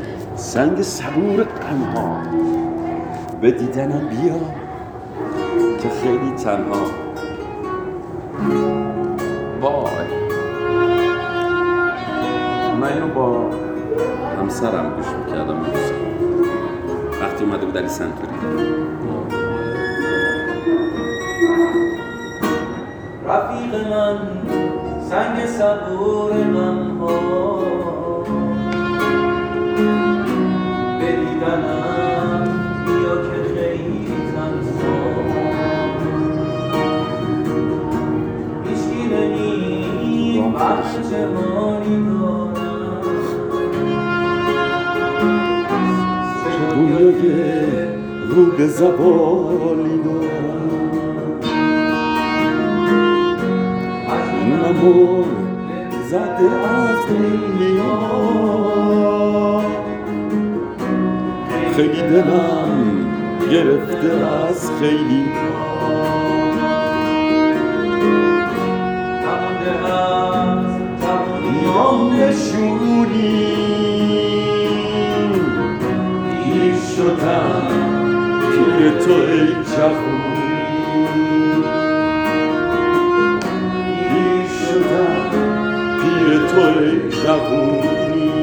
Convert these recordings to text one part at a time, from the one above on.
سنگ صبور غم‌ها به دیدنم بیا که خیلی تنها. وای من اینو با همسرم گوش میکردم امروز وقتی اومده بود علی سنتوری. رفیق من سنگ صبور غم‌ها به دیدنم بیا که خیلی تنها. هیچکی نمید بخش جمالی دارم دنیای رو به زوالی دارم. نمون زده از خیلی ها، خیلی دلم گرفته از خیلی ها. نمونده از نیام نشونی پیر شدم پیر تو ای جوونی. پیر شدم پیر تو ای جوونی.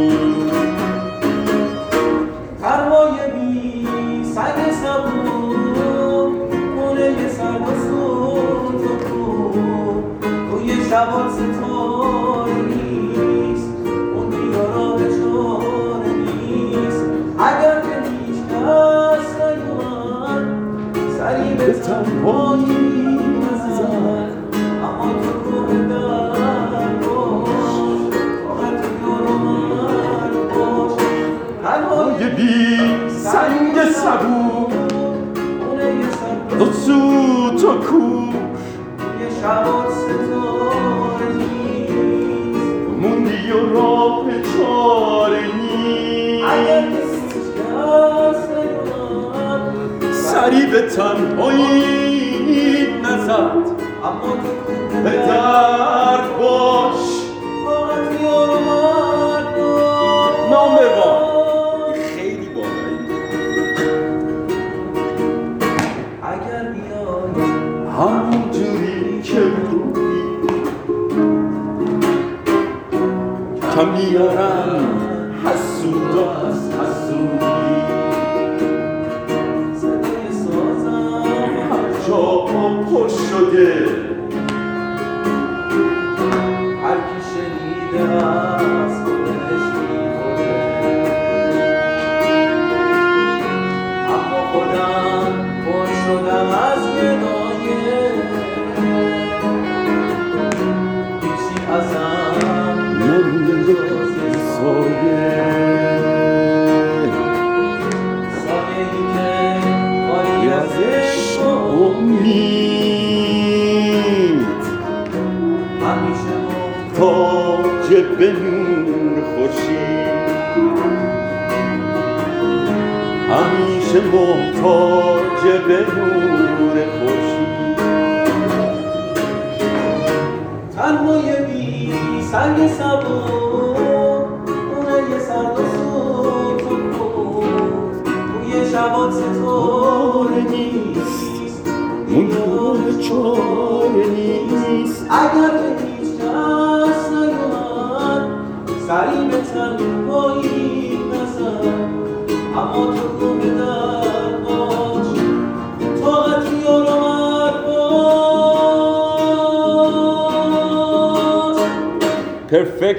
پروای بی سنگ صبور خونه سرد و سوت و کور روی شبات ستاره نیست اون دیارا به چاره نیست. اگر که هیچ کس نیومد سری به تنهایی نزد اما تو کوه در باش فقط یارو من باش. پروای بی سنگ صبور دو سوت و کور یه شبات ستاره نیست موندی و راه چاره نیست. اگر کسی کس نیومد سری به تنهایی نزد اما تو به در باش فقط یارو من باش. نام ببر خیلی بالایی. اگر بیایی همونجوری که بودی کم میارم حسود از حسودی. صدای سازم هر جا پر شده هر کی شنیده از خودش میخوره اما خودم پر شدم از گدایه. هیچی ازم نمونده سایه سایه‌ای که خالی از عشق و امید همیشه تاج به نور خورشید همیشه محتاج به نور خورشید. تنهای بی سنگ صبور خونه سرد و سوت و کور روی شبات ستاره نیست اون راه چاره نیست. اگر به هیچ کس نیومد سری به تنهایی نزد اما تو کوه در باش طاقت یارو من باش. پرفکت